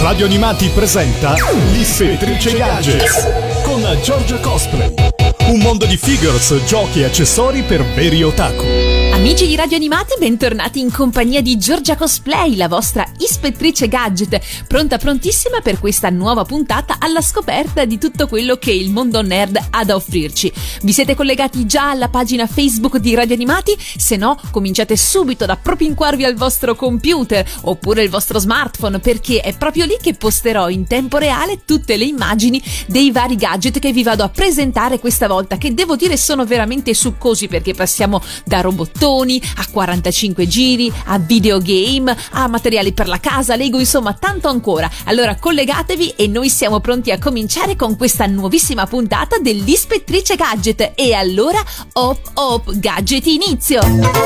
Radio Animati presenta l'Ispettrice Gadgets con Giorgia Cosplay. Un mondo di figures, giochi e accessori per veri otaku. Amici di Radio Animati, bentornati in compagnia di Giorgia Cosplay, la vostra ispettrice gadget, prontissima per questa nuova puntata alla scoperta di tutto quello che il mondo nerd ha da offrirci. Vi siete collegati già alla pagina Facebook di Radio Animati? Se no, cominciate subito ad appropinquarvi al vostro computer oppure il vostro smartphone, perché è proprio lì che posterò in tempo reale tutte le immagini dei vari gadget che vi vado a presentare questa volta, che devo dire sono veramente succosi, perché passiamo da robottoni a 45 giri, a videogame, a materiali per la casa, Lego, insomma tanto ancora. Allora collegatevi e noi siamo pronti a cominciare con questa nuovissima puntata dell'Ispettrice Gadget. E allora op gadget inizio!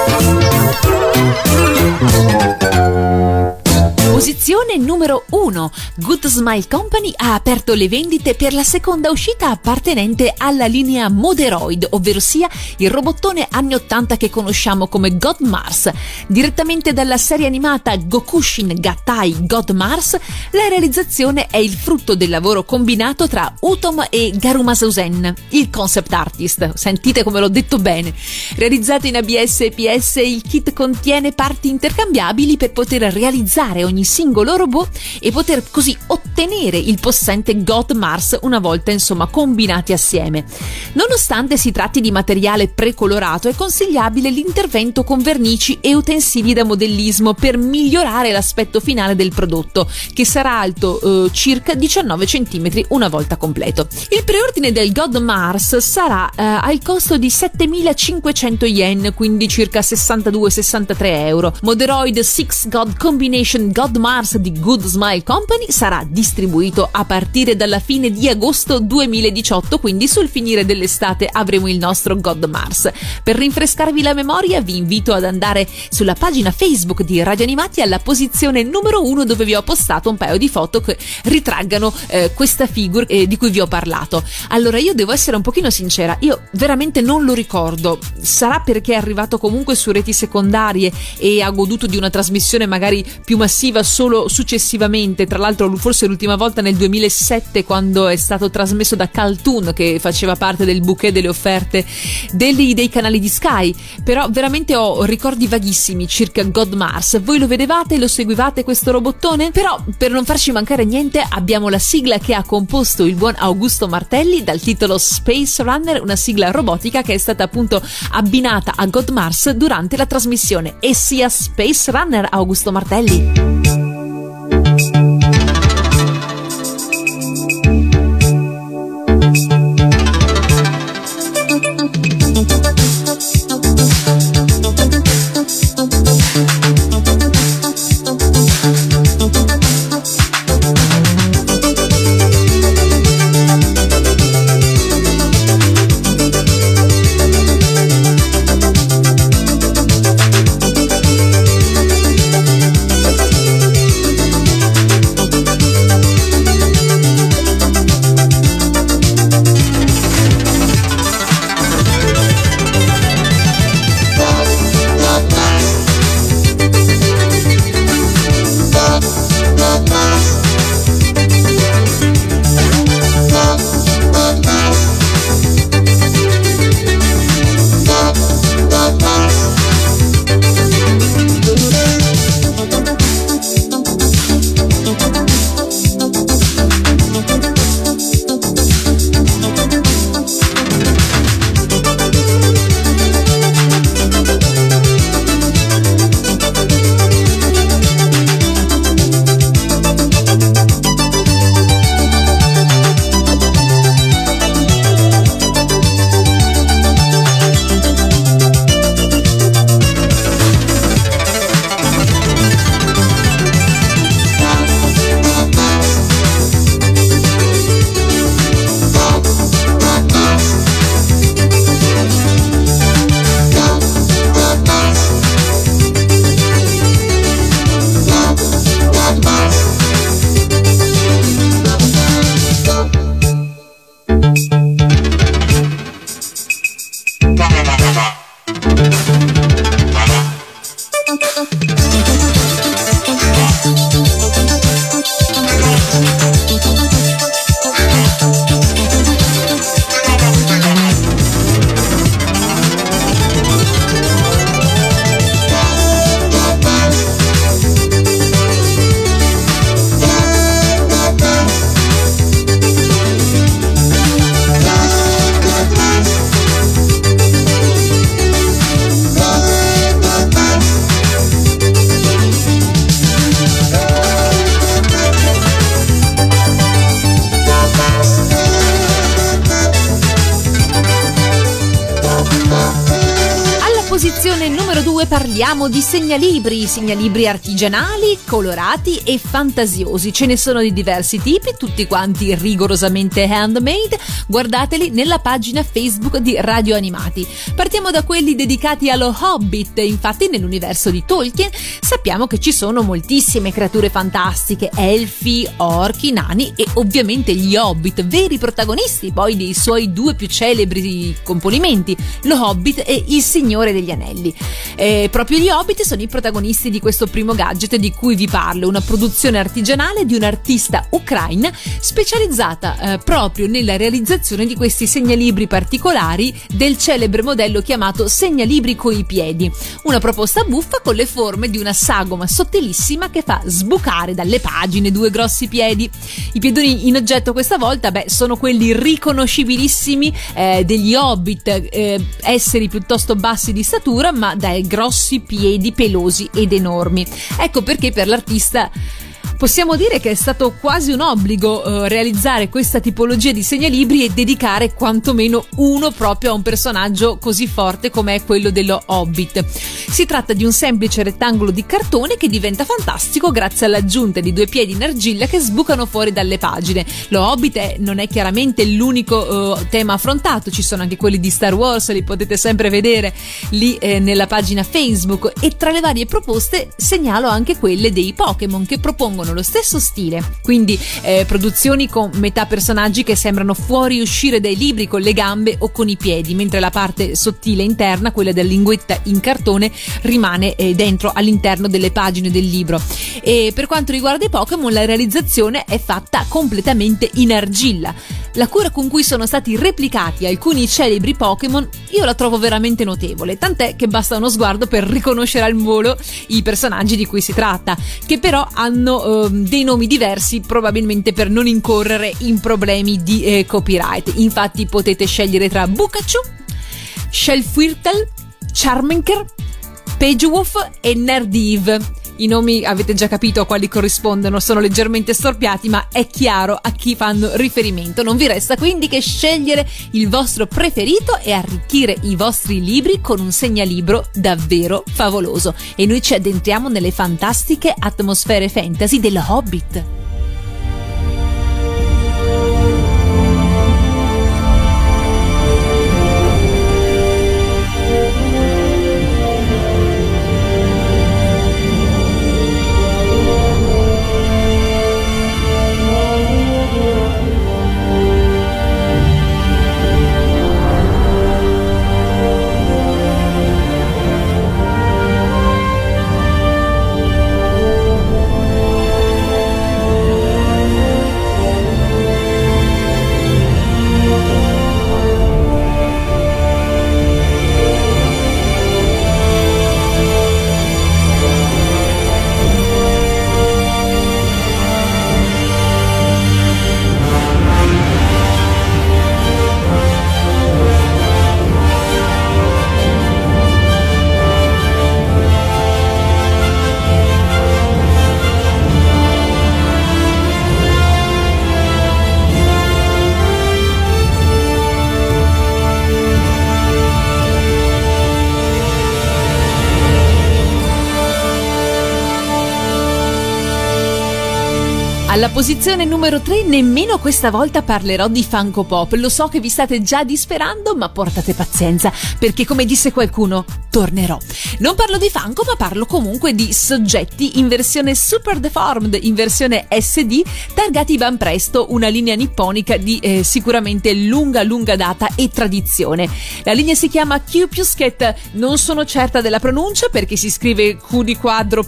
Posizione numero 1. Good Smile Company ha aperto le vendite per la seconda uscita appartenente alla linea Moderoid, ovvero sia il robottone anni 80 che conosciamo come God Mars. Direttamente dalla serie animata Gokushin Gattai God Mars, la realizzazione è il frutto del lavoro combinato tra Utom e Garuma-Souzen, il concept artist. Sentite come l'ho detto bene. Realizzato in ABS e PS, il kit contiene parti intercambiabili per poter realizzare ogni singolo robot e poter così ottenere il possente God Mars una volta insomma combinati assieme. Nonostante si tratti di materiale precolorato, è consigliabile l'intervento con vernici e utensili da modellismo per migliorare l'aspetto finale del prodotto, che sarà alto circa 19 cm una volta completo. Il preordine del God Mars sarà al costo di 7.500 yen, quindi circa 62-63 euro. Moderoid 6 God Combination God Mars di Good Smile Company sarà distribuito a partire dalla fine di agosto 2018, quindi sul finire dell'estate avremo il nostro God Mars. Per rinfrescarvi la memoria vi invito ad andare sulla pagina Facebook di Radio Animati alla posizione numero 1, dove vi ho postato un paio di foto che ritraggano questa figure di cui vi ho parlato. Allora, io devo essere un pochino sincera, io veramente non lo ricordo. Sarà perché è arrivato comunque su reti secondarie e ha goduto di una trasmissione magari più massiva solo successivamente, tra l'altro forse l'ultima volta nel 2007, quando è stato trasmesso da Caltoon, che faceva parte del bouquet delle offerte dei canali di Sky. Però veramente ho ricordi vaghissimi circa God Mars. Voi lo vedevate? Lo seguivate questo robottone? Però per non farci mancare niente abbiamo la sigla che ha composto il buon Augusto Martelli dal titolo Space Runner, una sigla robotica che è stata appunto abbinata a God Mars durante la trasmissione. E sia Space Runner, Augusto Martelli. 2 parliamo di segnalibri artigianali, colorati e fantasiosi. Ce ne sono di diversi tipi, tutti quanti rigorosamente handmade. Guardateli nella pagina Facebook di Radio Animati. Partiamo da quelli dedicati allo Hobbit. Infatti nell'universo di Tolkien sappiamo che ci sono moltissime creature fantastiche, elfi, orchi, nani e ovviamente gli Hobbit, veri protagonisti poi dei suoi 2 più celebri componimenti, lo Hobbit e il Signore degli Anelli. Proprio gli Hobbit sono i protagonisti di questo primo gadget di cui vi parlo, una produzione artigianale di un'artista ucraina specializzata proprio nella realizzazione di questi segnalibri particolari del celebre modello chiamato segnalibri coi piedi, una proposta buffa con le forme di una sagoma sottilissima che fa sbucare dalle pagine 2 grossi piedi. I piedoni in oggetto questa volta sono quelli riconoscibilissimi degli Hobbit, esseri piuttosto bassi di statura ma dai grossi piedi pelosi ed enormi. Ecco perché per l'artista possiamo dire che è stato quasi un obbligo realizzare questa tipologia di segnalibri e dedicare quantomeno uno proprio a un personaggio così forte come è quello dello Hobbit. Si tratta di un semplice rettangolo di cartone che diventa fantastico grazie all'aggiunta di 2 piedi in argilla che sbucano fuori dalle pagine. Lo Hobbit non è chiaramente l'unico tema affrontato, ci sono anche quelli di Star Wars, li potete sempre vedere lì nella pagina Facebook, e tra le varie proposte segnalo anche quelle dei Pokémon che propongono lo stesso stile, quindi produzioni con metà personaggi che sembrano fuoriuscire dai libri con le gambe o con i piedi, mentre la parte sottile interna, quella della linguetta in cartone, rimane dentro all'interno delle pagine del libro. E per quanto riguarda i Pokémon, la realizzazione è fatta completamente in argilla. La cura con cui sono stati replicati alcuni celebri Pokémon io la trovo veramente notevole, tant'è che basta uno sguardo per riconoscere al volo i personaggi di cui si tratta, che però hanno dei nomi diversi, probabilmente per non incorrere in problemi di copyright. Infatti potete scegliere tra Pikachu, Shelfwirtle, Charmander, Pagewolf e Nerdiv. I nomi avete già capito a quali corrispondono, sono leggermente storpiati, ma è chiaro a chi fanno riferimento. Non vi resta quindi che scegliere il vostro preferito e arricchire i vostri libri con un segnalibro davvero favoloso. E noi ci addentriamo nelle fantastiche atmosfere fantasy del Hobbit. Alla posizione numero 3 nemmeno questa volta parlerò di Funko Pop. Lo so che vi state già disperando, ma portate pazienza, perché come disse qualcuno, tornerò. Non parlo di Funko, ma parlo comunque di soggetti in versione Super Deformed, in versione SD, targati ben presto, una linea nipponica di sicuramente lunga data e tradizione. La linea si chiama Q+Ket, non sono certa della pronuncia perché si scrive Q di quadro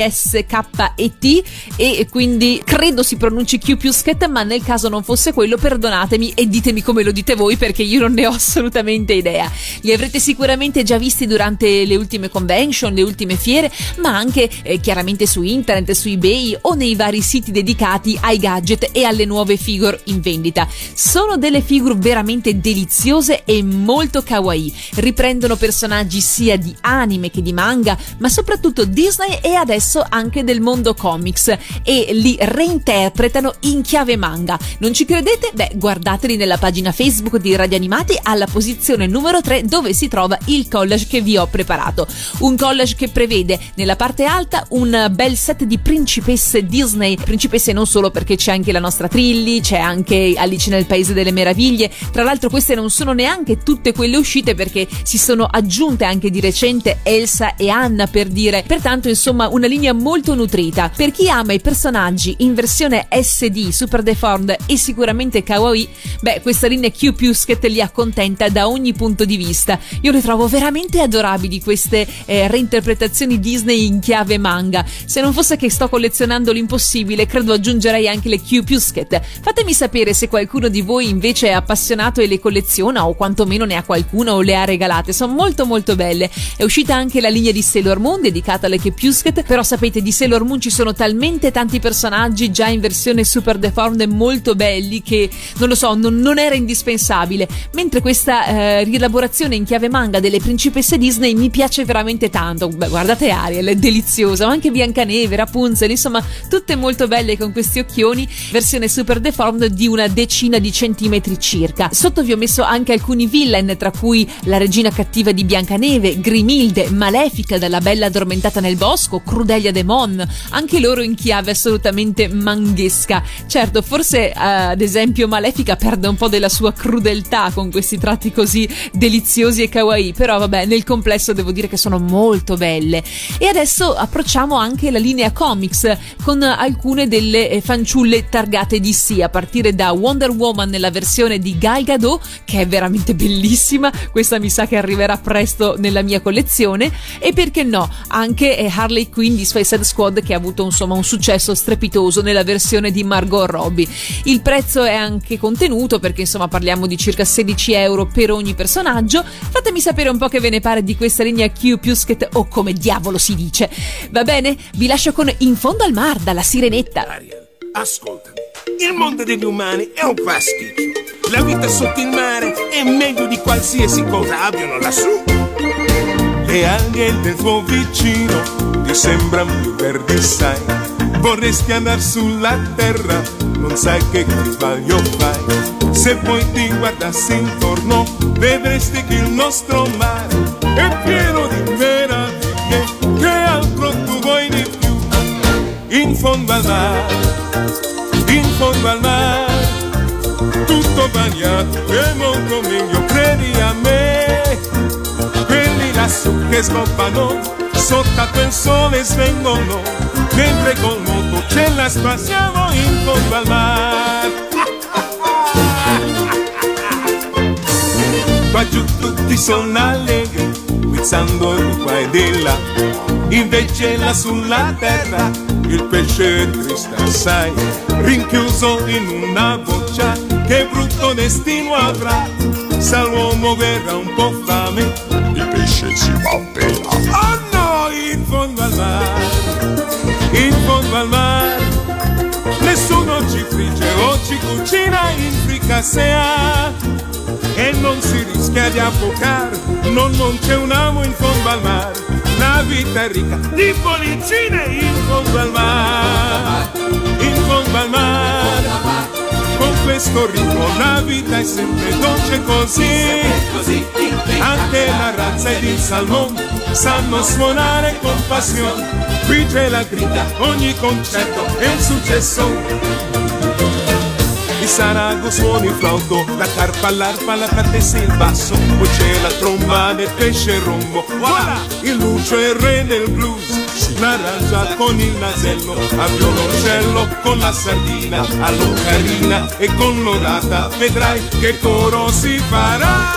PSKET e quindi credo si pronunci Q+Ket, ma nel caso non fosse quello perdonatemi e ditemi come lo dite voi perché io non ne ho assolutamente idea. Li avrete sicuramente già visti durante le ultime convention, le ultime fiere, ma anche chiaramente su internet, su eBay o nei vari siti dedicati ai gadget e alle nuove figure in vendita. Sono delle figure veramente deliziose e molto kawaii, riprendono personaggi sia di anime che di manga, ma soprattutto Disney e adesso anche del mondo comics, e li reinterpretano in chiave manga. Non ci credete? Beh, guardateli nella pagina Facebook di Radio Animati alla posizione numero 3 dove si trova il collage che vi ho ho preparato. Un collage che prevede nella parte alta un bel set di principesse Disney, principesse non solo perché c'è anche la nostra Trilly, c'è anche Alice nel Paese delle Meraviglie. Tra l'altro queste non sono neanche tutte quelle uscite, perché si sono aggiunte anche di recente Elsa e Anna, per dire. Pertanto insomma una linea molto nutrita. Per chi ama i personaggi in versione SD, super deformed e sicuramente kawaii, questa linea Q-Pusket li accontenta da ogni punto di vista. Io le trovo veramente adorabili queste reinterpretazioni Disney in chiave manga. Se non fosse che sto collezionando l'impossibile, credo aggiungerei anche le Q-Pusket. Fatemi sapere se qualcuno di voi invece è appassionato e le colleziona, o quantomeno ne ha qualcuna o le ha regalate. Sono molto molto belle. È uscita anche la linea di Sailor Moon dedicata alle Q-Pusket, però sapete, di Sailor Moon ci sono talmente tanti personaggi già in versione super deformed molto belli che non lo so, non era indispensabile. Mentre questa rielaborazione in chiave manga delle principesse Disney mi piace veramente tanto. Guardate Ariel, è deliziosa, ma anche Biancaneve, Rapunzel, insomma tutte molto belle con questi occhioni, versione super deformed di una decina di centimetri circa. Sotto vi ho messo anche alcuni villain, tra cui la regina cattiva di Biancaneve, Grimilde, Malefica dalla Bella addormentata nel bosco, Crudelia de Mon, anche loro in chiave assolutamente manghesca. Certo, forse ad esempio Malefica perde un po' della sua crudeltà con questi tratti così deliziosi e kawaii, però vabbè, nel complesso devo dire che sono molto belle. E adesso approcciamo anche la linea comics con alcune delle fanciulle targate DC, a partire da Wonder Woman nella versione di Gal Gadot, che è veramente bellissima, questa mi sa che arriverà presto nella mia collezione, e perché no anche Harley Quinn di Suicide Squad, che ha avuto insomma un successo strepitoso nella versione di Margot Robbie. Il prezzo è anche contenuto, perché insomma parliamo di circa 16 euro per ogni personaggio. Fatemi sapere un po' che ve ne pare di questa linea Q-Pusket, o come diavolo si dice. Va bene? Vi lascio con In fondo al mar dalla Sirenetta. Ariel, ascoltami, il mondo degli umani è un pasticcio. La vita sotto il mare è meglio di qualsiasi cosa abbiano lassù. Le alghe del tuo vicino ti sembrano più verdi, sai. Vorresti andare sulla terra, non sai che sbaglio fai. Se poi ti guardassi intorno, vedresti che il nostro mare è pieno di meraviglie. Che altro tu vuoi di più? In fondo al mare, in fondo al mare, tutto bagnato è molto meglio, credi a me. Quelli lassù che scoppano sotto a quel sole svengono, mentre col moto ce la spassiamo in fondo al mare. Qua giù tutti sono allegri, guizzando di qua e di là. Invece là sulla terra il pesce è triste assai, rinchiuso in una boccia, che brutto destino avrà. Se l'uomo verrà un po' fame, il pesce si va a pelare. Oh no, in fondo al mare, in fondo al mare, nessuno ci frigge o ci cucina in fricassea, e non si rischia di affogare, non c'è un amo in fondo al mare. La vita è ricca di bollicine in fondo al mare, in fondo al mare. Con questo ritmo la vita è sempre dolce così. Anche la razza ed il salmone sanno suonare con passione. Qui c'è la grida, ogni concerto è un successo. Il sarago suona il flauto, la carpa, l'arpa, la platessa e il basso. Poi c'è la tromba del pesce rombo. Voilà! Il lucio è il re del blues. L'arrangia con il nasello, a violoncello con la sardina, all'ocarina e con l'orata. Vedrai che coro si farà.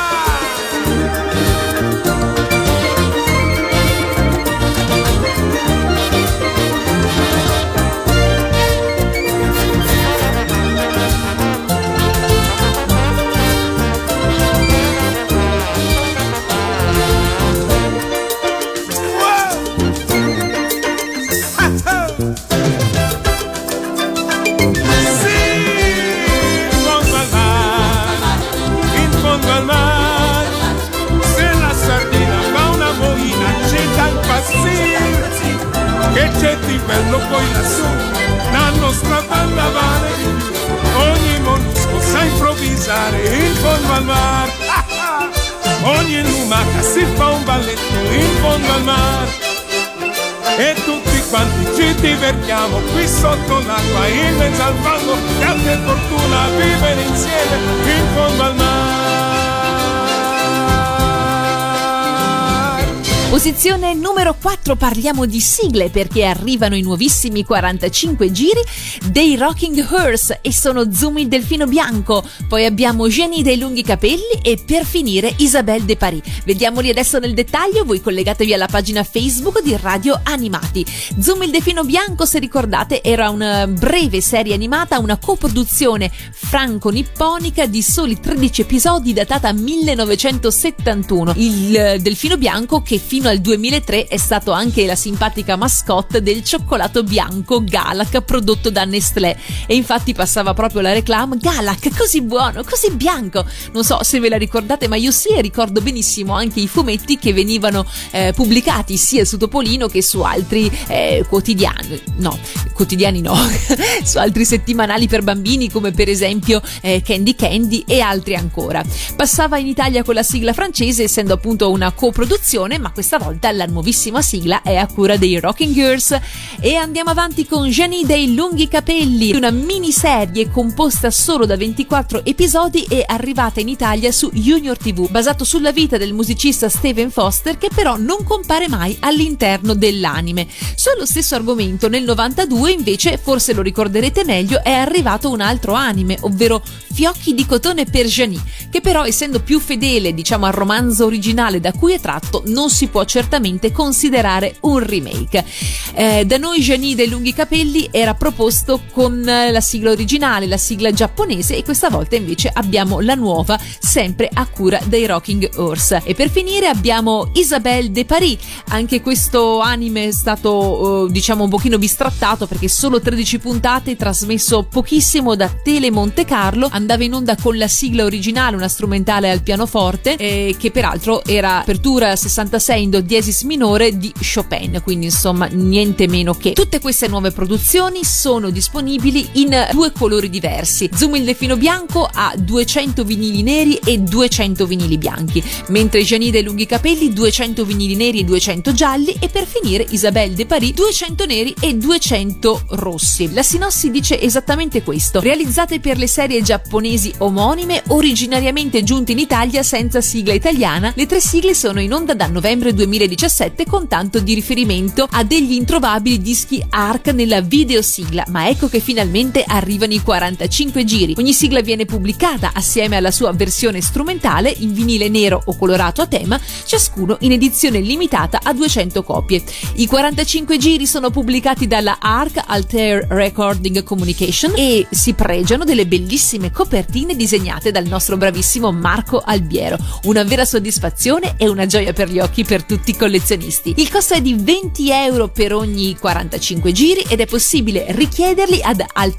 Che c'è di bello poi lassù, la nostra banda vale di più. Ogni mollusco sa improvvisare in fondo al mare. Ogni e lumaca si fa un balletto in fondo al mare e tutti quanti ci divertiamo qui sotto l'acqua in mezzo al fango, che fortuna vivere insieme in fondo al mare. Posizione numero 4, parliamo di sigle perché arrivano i nuovissimi 45 giri dei Rocking Horse e sono Zumi il Delfino Bianco, poi abbiamo Jenny dei Lunghi Capelli e per finire Isabelle de Paris. Vediamoli adesso nel dettaglio, voi collegatevi alla pagina Facebook di Radio Animati. Zumi il Delfino Bianco, se ricordate, era una breve serie animata, una coproduzione franco-nipponica di soli 13 episodi datata 1971. Il Delfino Bianco che fino al 2003 è stato anche la simpatica mascotte del cioccolato bianco Galak prodotto da Nestlé e infatti passava proprio la reclame: Galak, così buono, così bianco. Non so se ve la ricordate, ma io sì, e ricordo benissimo anche i fumetti che venivano pubblicati sia su Topolino che su altri quotidiani no su altri settimanali per bambini come per esempio Candy Candy e altri ancora. Passava in Italia con la sigla francese, essendo appunto una coproduzione, ma questa volta la nuovissima sigla è a cura dei Rocking Girls. E andiamo avanti con Jenny dei Lunghi Capelli, una miniserie composta solo da 24 episodi e arrivata in Italia su Junior TV, basato sulla vita del musicista Stephen Foster, che però non compare mai all'interno dell'anime. Sullo stesso argomento nel 92 invece, forse lo ricorderete meglio, è arrivato un altro anime, ovvero Fiocchi di cotone per Jenny, che però essendo più fedele diciamo al romanzo originale da cui è tratto non si può certamente considerare un remake. Da noi Jenny dei Lunghi Capelli era proposto con la sigla originale, la sigla giapponese, e questa volta invece abbiamo la nuova, sempre a cura dei Rocking Horse. E per finire abbiamo Isabelle de Paris. Anche questo anime è stato diciamo un pochino bistrattato perché solo 13 puntate, trasmesso pochissimo da Tele Monte Carlo, andava in onda con la sigla originale, una strumentale al pianoforte che peraltro era apertura 66 in do diesis minore di Chopin, quindi insomma niente meno che. Tutte queste nuove produzioni sono disponibili in due colori diversi. Zumi il Delfino Bianco ha 200 vinili neri e 200 vinili bianchi, mentre Jenny dei Lunghi Capelli 200 vinili neri e 200 gialli, e per finire Isabelle de Paris 200 neri e 200 rossi. La sinossi dice esattamente questo: realizzate per le serie giapponesi omonime, originariamente giunte in Italia senza sigla italiana, le tre sigle sono in onda da novembre 2017 con tanto di riferimento a degli introvabili dischi ARC nella videosigla, ma ecco che finalmente arrivano i 45 giri. Ogni sigla viene pubblicata assieme alla sua versione strumentale in vinile nero o colorato a tema, ciascuno in edizione limitata a 200 copie. I 45 giri sono pubblicati dalla ARC Altair Recording Communication e si pregiano delle bellissime copertine disegnate dal nostro bravissimo Marco Albiero. Una vera soddisfazione e una gioia per gli occhi per tutti i collezionisti. Il costo è di 20 euro per ogni 45 giri ed è possibile richiederli ad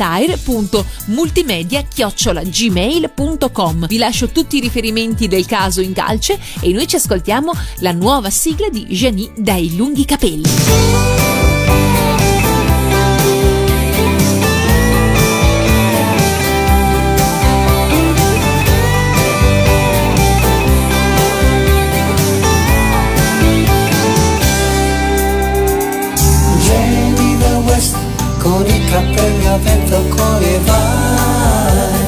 altair.multimedia@gmail.com. Vi lascio tutti i riferimenti del caso in calce e noi ci ascoltiamo la nuova sigla di Jenny dai Lunghi Capelli. Con i capelli a vento come vai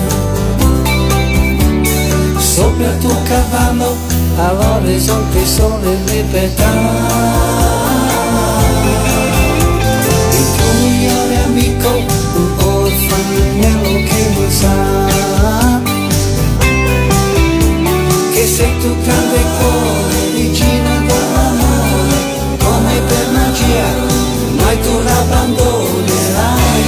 sopra il tuo cavallo all'orizzonte sole le petali, il tuo migliore amico un orfanello che non sa che sei tu grande cuore vicino dall'amore, come per magia mai tu l'abbandonerai.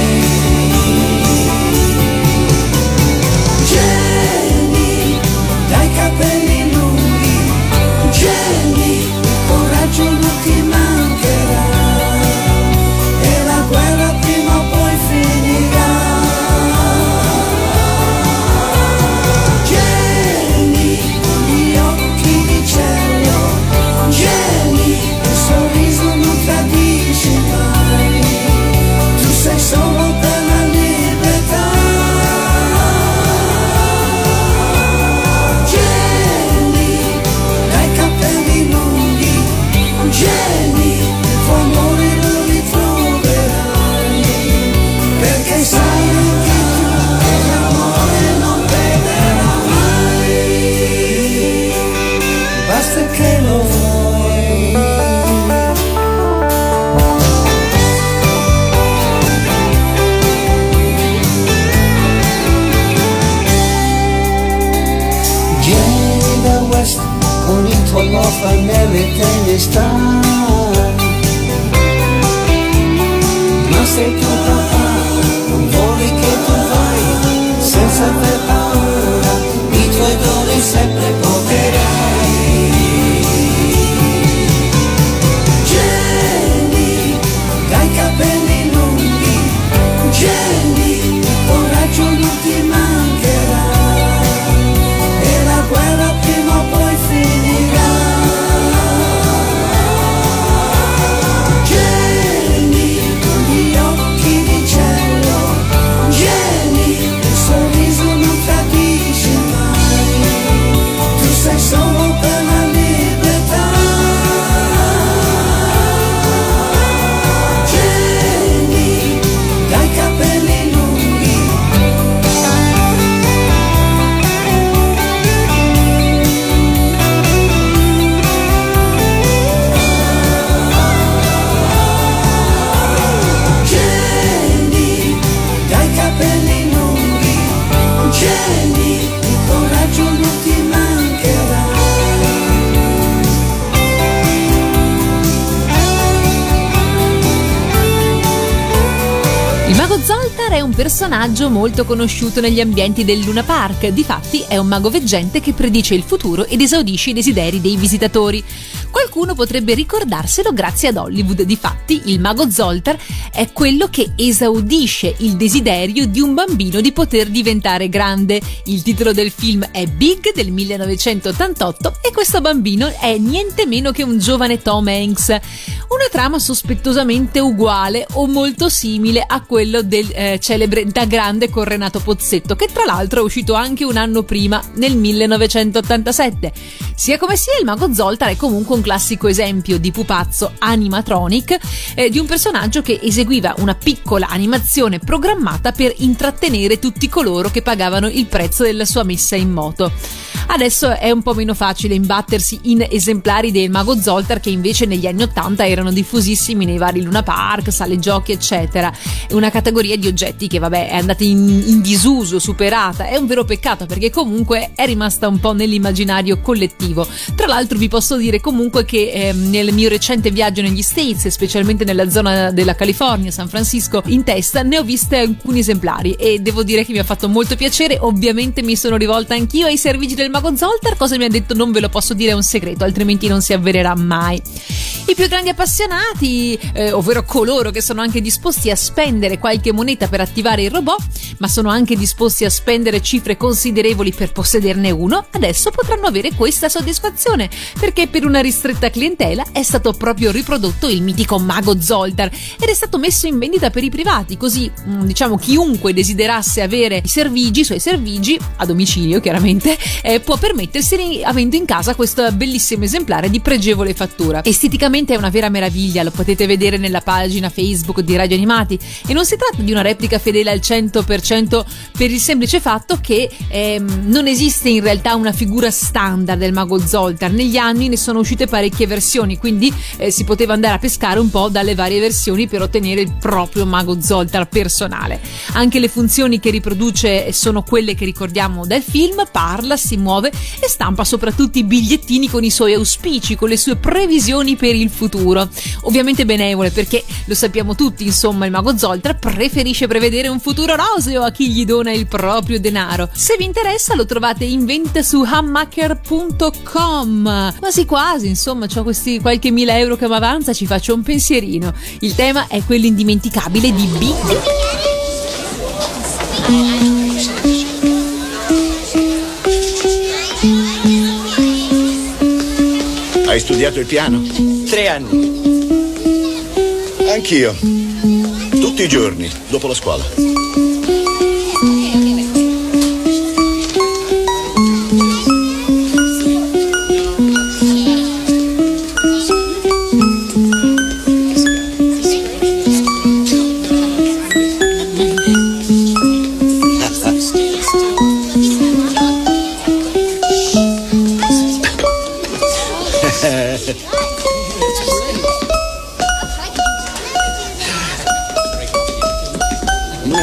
Jenny, dai capelli lunghi, Jenny, coraggio non ti mancherà, e la guerra prima o poi finirà. orfanelle te ne stai. Ma se tuo papà non vuole che tu vai, senza aver paura, i tuoi doni sempre porterai. Jenny, dai capelli lunghi, Jenny, il coraggio non ti mancherà, e la guerra prima o poi finirà. Jenny, con gli occhi di cielo, Jenny, il sorriso non tradisce mai, tu sei solo per la libertà. Jenny, dai capelli lunghi. Jenny, dai capelli lunghi. Jenny, il coraggio non ti mancherà. Il mago Zoltar è un personaggio molto conosciuto negli ambienti del Luna Park. Difatti è un mago veggente che predice il futuro ed esaudisce i desideri dei visitatori. Qualcuno potrebbe ricordarselo grazie ad Hollywood. Difatti il mago Zoltar è quello che esaudisce il desiderio di un bambino di poter diventare grande. Il titolo del film è Big del 1988 e questo bambino è niente meno che un giovane Tom Hanks. Una trama sospettosamente uguale o molto simile a quello del celebre Da Grande con Renato Pozzetto, che tra l'altro è uscito anche un anno prima, nel 1987. Sia come sia, il mago Zoltar è comunque un classico esempio di pupazzo animatronic, di un personaggio che eseguiva una piccola animazione programmata per intrattenere tutti coloro che pagavano il prezzo della sua messa in moto. Adesso è un po' meno facile imbattersi in esemplari del mago Zoltar, che invece negli anni 80 erano diffusissimi nei vari Luna Park, sale giochi eccetera. È una categoria di oggetti che vabbè è andata in disuso, superata. È un vero peccato perché comunque è rimasta un po' nell'immaginario collettivo. Tra l'altro vi posso dire comunque che nel mio recente viaggio negli States, specialmente nella zona della California, San Francisco in testa, ne ho viste alcuni esemplari e devo dire che mi ha fatto molto piacere. Ovviamente mi sono rivolta anch'io ai servigi del mago Zoltar. Cosa mi ha detto non ve lo posso dire, è un segreto, altrimenti non si avvererà mai. I più grandi appassionati, ovvero coloro che sono anche disposti a spendere qualche moneta per attivare il robot, ma sono anche disposti a spendere cifre considerevoli per possederne uno, adesso potranno avere questa soddisfazione, perché per una ristretta clientela è stato proprio riprodotto il mitico mago Zoltar ed è stato messo in vendita per i privati, così diciamo chiunque desiderasse avere i suoi servigi a domicilio chiaramente può permetterseli avendo in casa questo bellissimo esemplare di pregevole fattura. Esteticamente è una vera meraviglia, lo potete vedere nella pagina Facebook di Radio Animati, e non si tratta di una replica fedele al 100% per il semplice fatto che non esiste in realtà una figura standard del mago Zoltar. Negli anni ne sono uscite parecchie versioni, quindi si poteva andare a pescare un po' dalle varie versioni per ottenere il proprio mago Zoltar personale. Anche le funzioni che riproduce sono quelle che ricordiamo dal film: parla, si muove e stampa soprattutto i bigliettini con i suoi auspici, con le sue previsioni per il futuro. Ovviamente benevole, perché lo sappiamo tutti, insomma, il mago Zoltar preferisce prevedere un futuro roseo a chi gli dona il proprio denaro. Se vi interessa lo trovate in vendita su hammaker.com. Quasi quasi, insomma, c'ho questi qualche mila euro che mi avanza, ci faccio un pensierino. Il tema è quello indimenticabile di Big. Hai studiato il piano? 3 anni. Anch'io. Tutti i giorni, dopo la scuola.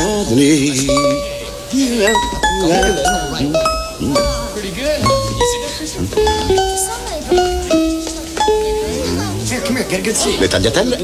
Pretty good. Le tagliatelle.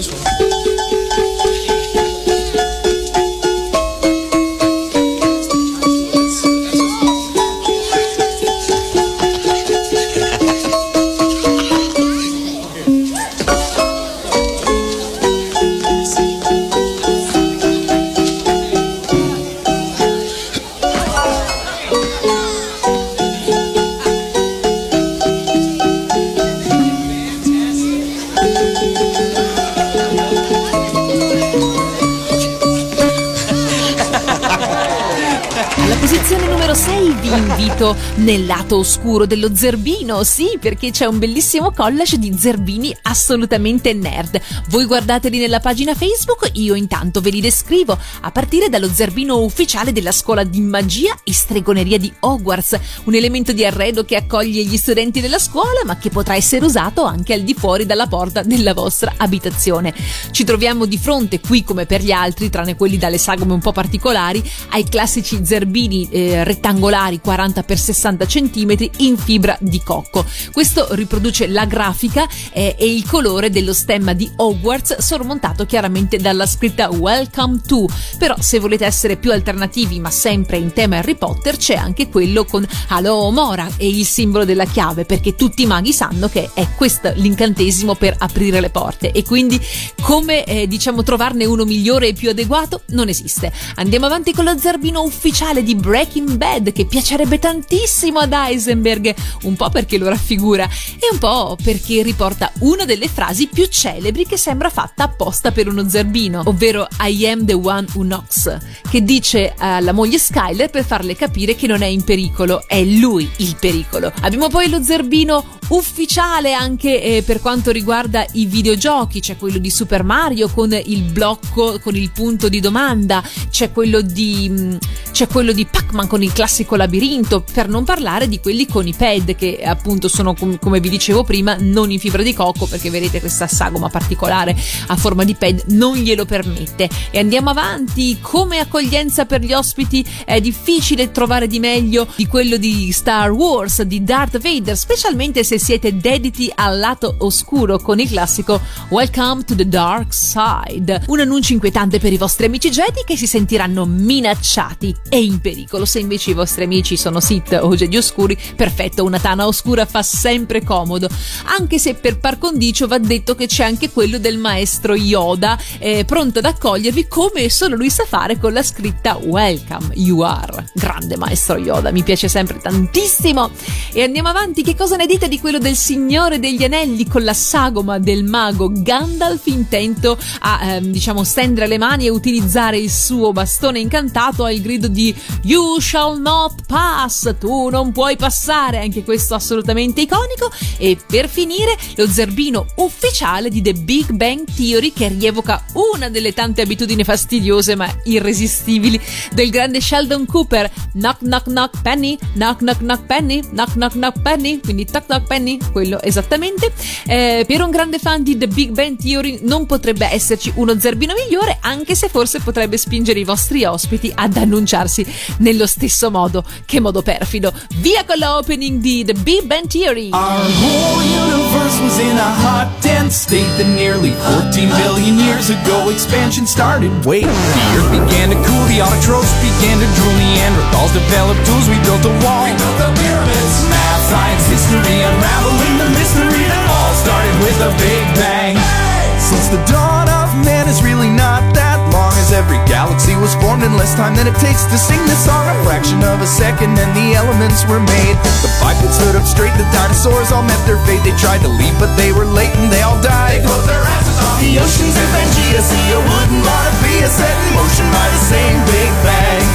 Posizione numero 6 vi invito nel lato oscuro dello zerbino, sì, perché c'è un bellissimo collage di zerbini assolutamente nerd. Voi guardateli nella pagina Facebook, io intanto ve li descrivo, a partire dallo zerbino ufficiale della scuola di magia e stregoneria di Hogwarts, un elemento di arredo che accoglie gli studenti della scuola ma che potrà essere usato anche al di fuori dalla porta della vostra abitazione. Ci troviamo di fronte, qui come per gli altri, tranne quelli dalle sagome un po' particolari, ai classici zerbini rettangolari 40x60 cm in fibra di cocco. Questo riproduce la grafica e il colore dello stemma di Hogwarts, sormontato chiaramente dalla scritta Welcome to. Però se volete essere più alternativi ma sempre in tema Harry Potter, c'è anche quello con Halo Mora e il simbolo della chiave, perché tutti i maghi sanno che è questo l'incantesimo per aprire le porte, e quindi come trovarne uno migliore e più adeguato non esiste. Andiamo avanti con lo zerbino ufficiale di Breaking Bad, che piacerebbe tantissimo ad Heisenberg, un po' perché lo raffigura e un po' perché riporta una delle frasi più celebri che sembra fatta apposta per uno zerbino, ovvero I am the one who knocks, che dice alla moglie Skyler per farle capire che non è in pericolo, è lui il pericolo. Abbiamo poi lo zerbino ufficiale anche per quanto riguarda i videogiochi, c'è quello di Super Mario con il blocco con il punto di domanda, c'è quello di Pac-Man con il classico labirinto, per non parlare di quelli con i pad che appunto sono come vi dicevo prima non in fibra di cocco, perché vedete questa sagoma particolare a forma di pad non glielo permette. E andiamo avanti. Come accoglienza per gli ospiti è difficile trovare di meglio di quello di Star Wars, di Darth Vader, specialmente se siete dediti al lato oscuro, con il classico Welcome to the Dark Side, un annuncio inquietante per i vostri amici Jedi che si sentiranno minacciati e in pericolo. Se invece i vostri amici sono Sith o Jedi oscuri, perfetto, una tana oscura fa sempre comodo, anche se per par condicio va detto che c'è anche quello del maestro Yoda, pronto ad accogliervi come solo lui sa fare, con la scritta Welcome you are. Grande maestro Yoda, mi piace sempre tantissimo. E andiamo avanti. Che cosa ne dite di quello del Signore degli Anelli con la sagoma del mago Gandalf intento a stendere le mani e utilizzare il suo bastone incantato al grido di You shall not pass, tu non puoi passare, anche questo assolutamente iconico. E per finire lo zerbino ufficiale di The Big Bang Theory, che rievoca una delle tante abitudini fastidiose ma irresistibili del grande Sheldon Cooper. Knock knock knock penny, knock knock knock penny, knock knock knock penny, quindi toc toc penny, quello esattamente. Per un grande fan di The Big Bang Theory non potrebbe esserci uno zerbino migliore, anche se forse potrebbe spingere i vostri ospiti ad annunciarsi nello stesso modo. Che modo perfido. Via con la opening di The Big Bang Theory. Our whole universe was in a hot, dense state that nearly 14 billion years ago expansion started. Wait, the earth began to cool, the autotrophs began to drool, Neanderthals developed tools, we built a wall. We built the pyramids. Math, science, history, unraveling the mystery that all started with a big bang. Since the dawn of man is really not that long, as every galaxy was formed in less time than it takes to sing this song. A fraction of a second and the elements were made. The bipeds stood up straight, the dinosaurs all met their fate. They tried to leave but they were late and they all died. They closed their asses off. The oceans of Pangea, Sea wouldn't want to be set in motion by the same Big Bang.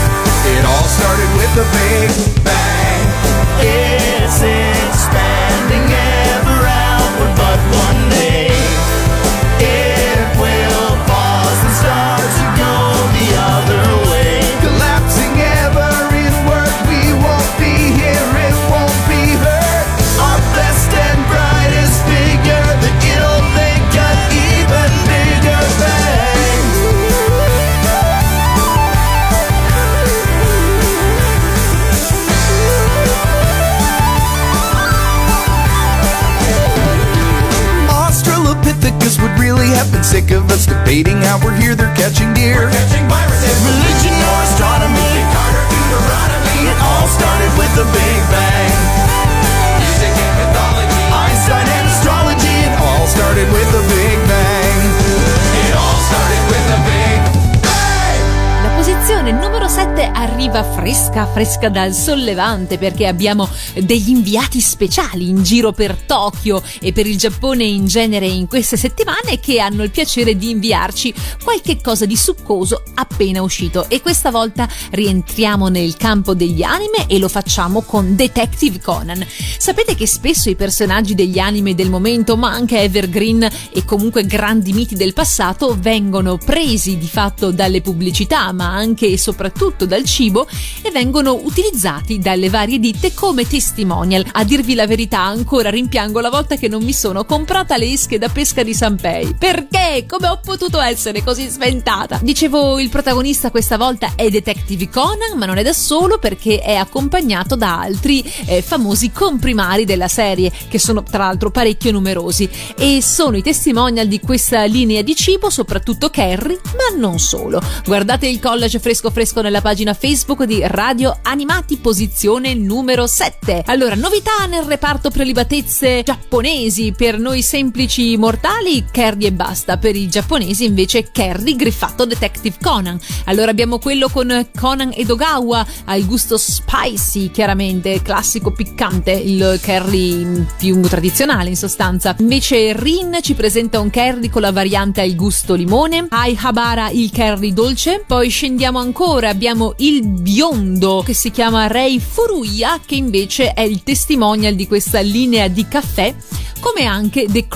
It all started with a Big Bang. It's expanding ever outward, but one day it will pause and start to go the other way. Collapsing ever inward, we won't be here, it won't be heard. Our best and brightest figure, that it'll make an even bigger bang. sick of us debating how we're here, they're catching deer. We're catching viruses. Religion or astronomy, Carter, Deuteronomy. it all started with the Big Bang. Music and mythology. Einstein and astrology, it all started with the Big Bang. It all started with the Big Bang. La posizione numero 7 arriva fresca dal sollevante, perché abbiamo degli inviati speciali in giro per Tokyo e per il Giappone in genere in queste settimane, che hanno il piacere di inviarci qualche cosa di succoso appena uscito, e questa volta rientriamo nel campo degli anime e lo facciamo con Detective Conan. Sapete che spesso i personaggi degli anime del momento, ma anche evergreen e comunque grandi miti del passato, vengono presi di fatto dalle pubblicità, ma anche e soprattutto dal cibo, e vengono utilizzati dalle varie ditte come testimonial. A dirvi la verità, ancora rimpiango la volta che non mi sono comprata le esche da pesca di Sanpei. Perché? Come ho potuto essere così sventata? Dicevo, il protagonista questa volta è Detective Conan, ma non è da solo, perché è accompagnato da altri famosi comprimari della serie, che sono tra l'altro parecchio numerosi, e sono i testimonial di questa linea di cibo, soprattutto Carrie, ma non solo. Guardate il collage fresco nella pagina Facebook di Radio Animati, posizione numero 7. Allora, novità nel reparto prelibatezze giapponesi: per noi semplici mortali Carrie e basta, per i giapponesi invece Carrie griffato Detective Conan. Allora abbiamo quello con Conan Edogawa, al gusto spicy, chiaramente classico piccante, il Carrie più tradizionale in sostanza. Invece Rin ci presenta un Carrie con la variante al gusto limone, Aihabara il Carrie dolce. Poi scendiamo ancora, abbiamo il biondo che si chiama Rei Furuya, che invece è il testimonial di questa linea di caffè, come anche The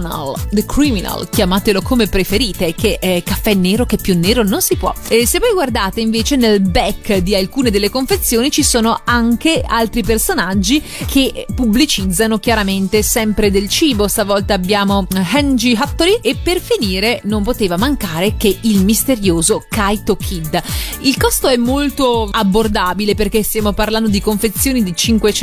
Criminal, chiamatelo come preferite, che è caffè nero, che più nero non si può. E se voi guardate invece nel back di alcune delle confezioni ci sono anche altri personaggi che pubblicizzano chiaramente sempre del cibo. Stavolta abbiamo Henji Hattori, e per finire non poteva mancare che il misterioso Kaito Kid. Il costo è molto abbordabile, perché stiamo parlando di confezioni di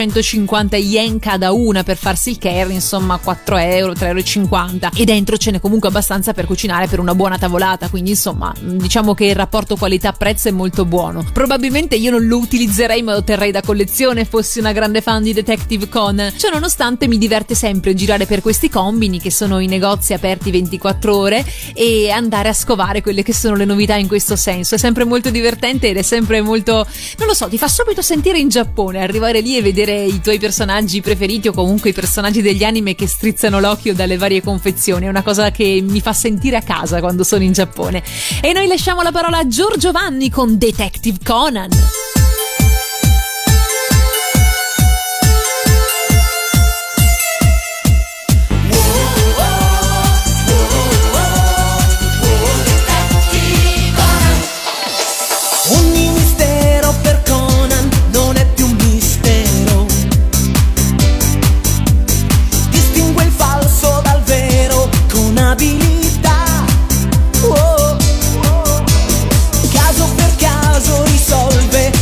550 yen cada una per farsi il curry, insomma 4 euro, 3,50 euro, e dentro ce n'è comunque abbastanza per cucinare per una buona tavolata, quindi insomma diciamo che il rapporto qualità-prezzo è molto buono. Probabilmente io non lo utilizzerei, ma lo terrei da collezione fossi una grande fan di Detective Conan. Ciò nonostante mi diverte sempre girare per questi combini, che sono i negozi aperti 24 ore, e andare a scovare quelle che sono le novità in questo senso. È sempre molto divertente ed è sempre molto, non lo so, ti fa subito sentire in Giappone, arrivare lì e vedere i tuoi personaggi preferiti, o comunque i personaggi degli anime che strizzano l'occhio dalle varie confezioni. È una cosa che mi fa sentire a casa quando sono in Giappone. E noi lasciamo la parola a Giorgio Vanni con Detective Conan. Ogni mistero per Conan non è più mistero. Distingue il falso dal vero con abilità. Caso per caso risolve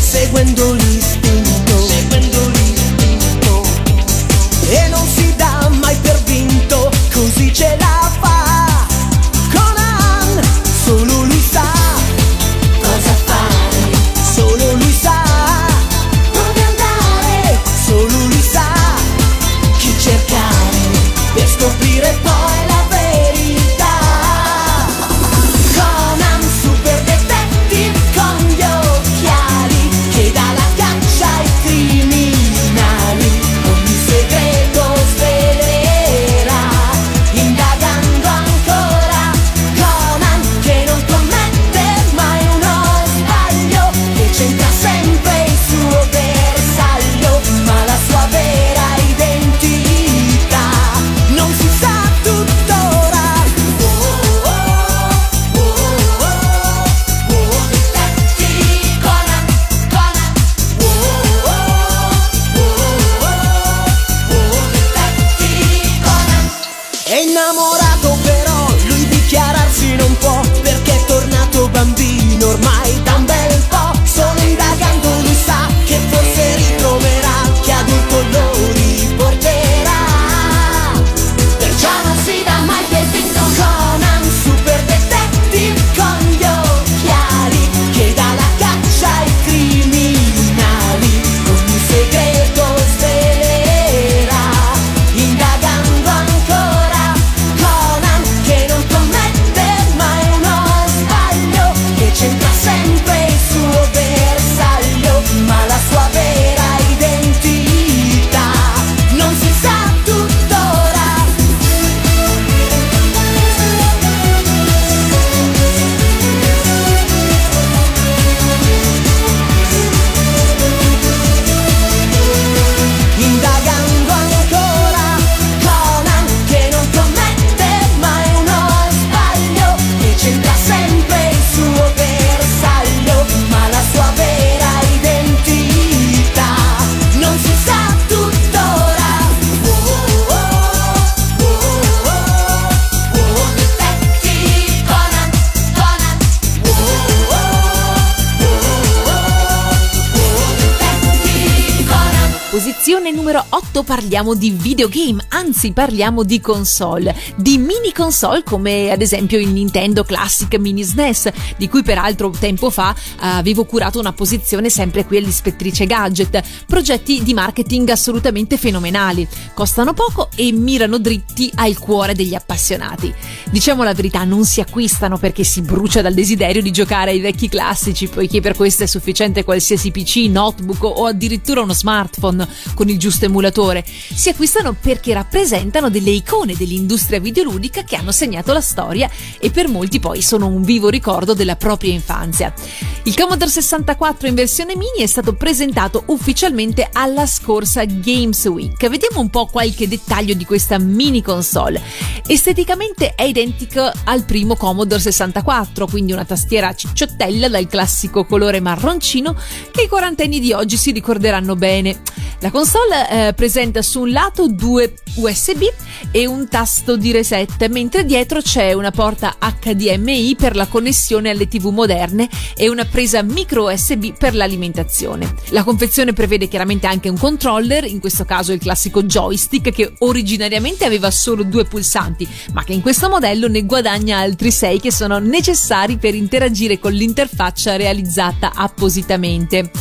Posizione numero 8, parliamo di videogame, anzi parliamo di console, di mini console come ad esempio il Nintendo Classic Mini SNES, di cui peraltro tempo fa avevo curato una posizione sempre qui all'Ispettrice Gadget. Progetti di marketing assolutamente fenomenali, costano poco e mirano dritti al cuore degli appassionati. Diciamo la verità, non si acquistano perché si brucia dal desiderio di giocare ai vecchi classici, poiché per questo è sufficiente qualsiasi PC, notebook o addirittura uno smartphone con il giusto emulatore. Si acquistano perché rappresentano delle icone dell'industria videoludica che hanno segnato la storia e per molti poi sono un vivo ricordo della propria infanzia. Il Commodore 64 in versione mini è stato presentato ufficialmente alla scorsa Games Week. Vediamo un po' qualche dettaglio di questa mini console. Esteticamente è identico al primo Commodore 64, quindi una tastiera cicciottella dal classico colore marroncino che i quarantenni di oggi si ricorderanno bene. La console presenta su un lato 2 USB e un tasto di reset, mentre dietro c'è una porta HDMI per la connessione alle TV moderne e una presa micro USB per l'alimentazione. La confezione prevede chiaramente anche un controller, in questo caso il classico joystick che originariamente aveva solo 2 pulsanti, ma che in questo modello ne guadagna altri 6 che sono necessari per interagire con l'interfaccia realizzata appositamente.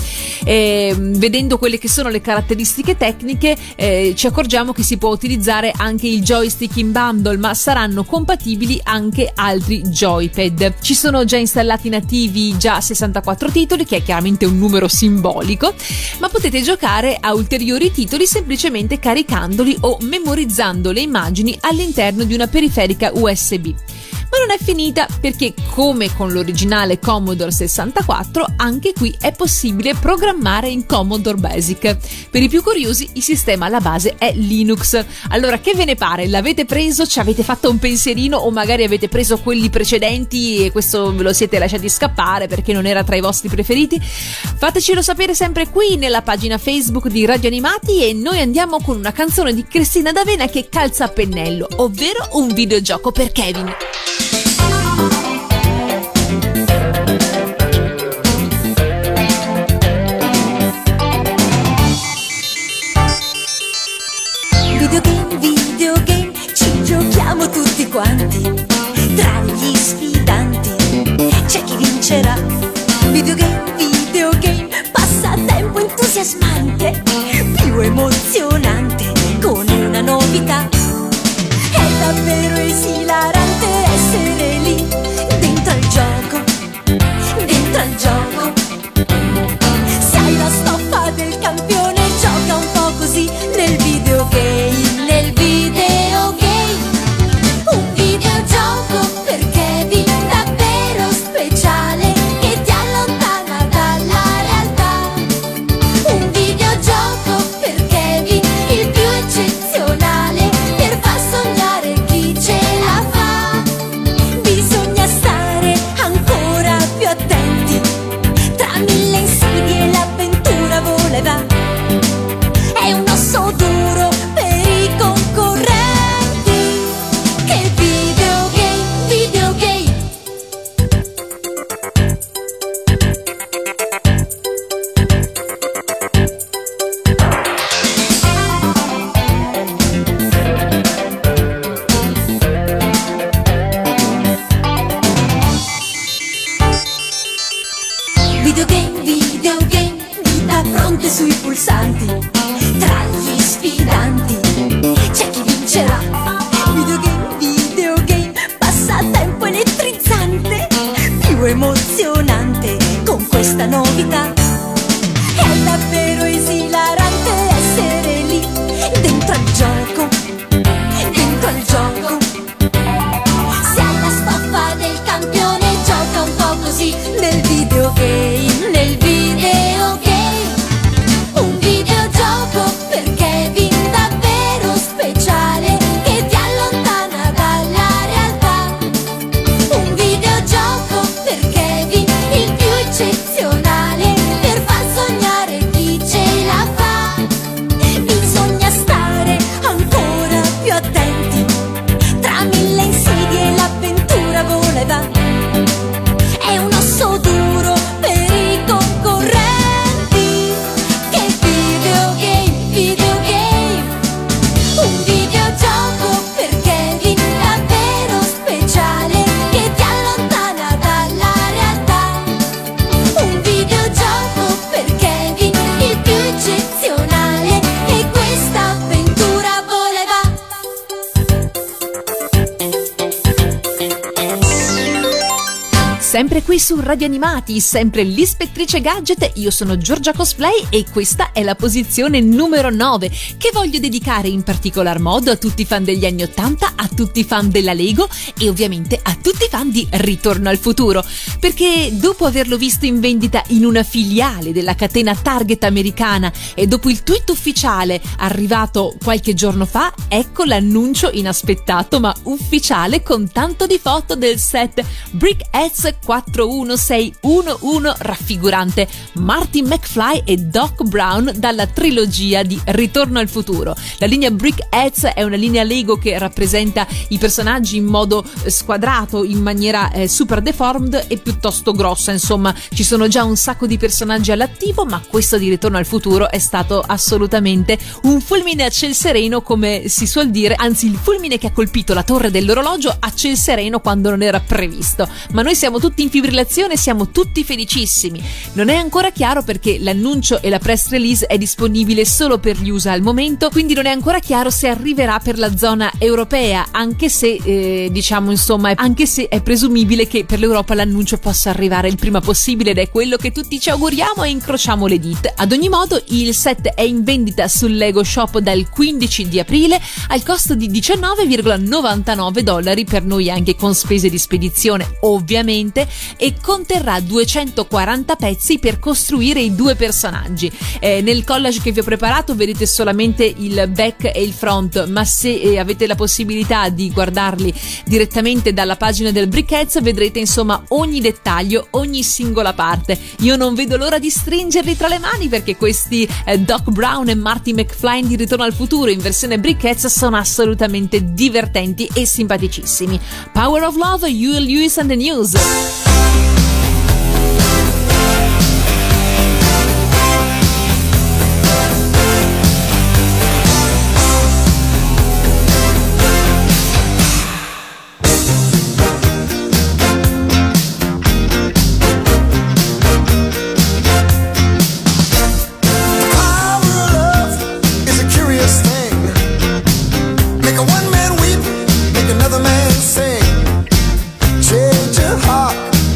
Vedendo quelle che sono le caratteristiche tecniche ci accorgiamo che si può utilizzare anche il joystick in bundle, ma saranno compatibili anche altri joypad. Ci sono già installati nativi già 64 titoli, che è chiaramente un numero simbolico, ma potete giocare a ulteriori titoli semplicemente caricandoli o memorizzando le immagini all'interno di una periferica USB. Ma non è finita, perché come con l'originale Commodore 64 anche qui è possibile programmare in Commodore Basic. Per i più curiosi il sistema alla base è Linux. Allora, che ve ne pare? L'avete preso? Ci avete fatto un pensierino o magari avete preso quelli precedenti e questo ve lo siete lasciati scappare perché non era tra i vostri preferiti? Fatecelo sapere sempre qui nella pagina Facebook di Radio Animati e noi andiamo con una canzone di Cristina D'Avena che calza a pennello, ovvero un videogioco per Kevin. Videogame, ci giochiamo tutti quanti. Tra gli sfidanti c'è chi vincerà. Videogame, passatempo entusiasmante, più emozionante con una novità. È davvero esilarante essere lì, dentro al gioco, dentro al gioco. Se hai la stoffa del campione, gioca un po' così nel videogame, nel videogame. Un videogioco per Kevin davvero speciale che ti allontana dalla realtà. Un videogioco per Kevin, il più eccezionale, per far sognare chi ce la fa. Bisogna stare ancora più attenti, tra mille insidie l'avventura vola e va. È un osso duro per i concorrenti. Che videogame, videogame. Videogame, dita pronte sui pulsanti. Tra gli sfidanti c'è chi vincerà. Videogame, passatempo elettrizzante, più emozionante con questa novità. È davvero esilarante essere lì, dentro al gioco, dentro al gioco. Se hai la stoffa del campione, gioca un po' così nel videogame, nel videogame. Un videogioco per Kevin davvero speciale che ti allontana dalla realtà. Un videogioco per Kevin, il più eccezionale, per far sognare chi ce la fa. Bisogna stare ancora più attenti, tra mille insidie l'avventura vola e va. È un osso duro per i sempre qui su Radio Animati, sempre l'Ispettrice Gadget. Io sono Giorgia Cosplay e questa è la posizione numero 9, che voglio dedicare in particolar modo a tutti i fan degli anni 80, a tutti i fan della Lego e ovviamente a tutti i fan di Ritorno al futuro, perché dopo averlo visto in vendita in una filiale della catena Target americana e dopo il tweet ufficiale arrivato qualche giorno fa, ecco l'annuncio inaspettato ma ufficiale con tanto di foto del set Brickheadz 41611 raffigurante Marty McFly e Doc Brown dalla trilogia di Ritorno al futuro. La linea Brickheadz è una linea Lego che rappresenta i personaggi in modo squadrato, in maniera super deformed e piuttosto grossa. Insomma, ci sono già un sacco di personaggi all'attivo, ma questo di Ritorno al futuro è stato assolutamente un fulmine a ciel sereno, come si suol dire, anzi il fulmine che ha colpito la torre dell'orologio a ciel sereno quando non era previsto. Ma noi siamo tutti in fibrillazione, siamo tutti felicissimi. Non è ancora chiaro perché l'annuncio e la press release è disponibile solo per gli USA al momento, quindi non è ancora chiaro se arriverà per la zona europea, anche se diciamo insomma, anche se è presumibile che per l'Europa l'annuncio possa arrivare il prima possibile, ed è quello che tutti ci auguriamo e incrociamo le dita. Ad ogni modo il set è in vendita sul Lego Shop dal 15 di aprile al costo di $19,99 per noi anche con spese di spedizione ovviamente, e conterrà 240 pezzi per costruire i due personaggi. Nel collage che vi ho preparato vedete solamente il back e il front, ma se avete la possibilità di guardarli direttamente dalla pagina del Brickheadz vedrete insomma ogni dettaglio, ogni singola parte. Io non vedo l'ora di stringerli tra le mani perché questi Doc Brown e Marty McFly di Ritorno al futuro in versione Brickheadz sono assolutamente divertenti e simpaticissimi. Power of Love, Huey Lewis and the News. Make a one man weep, make another man sing. Change your heart.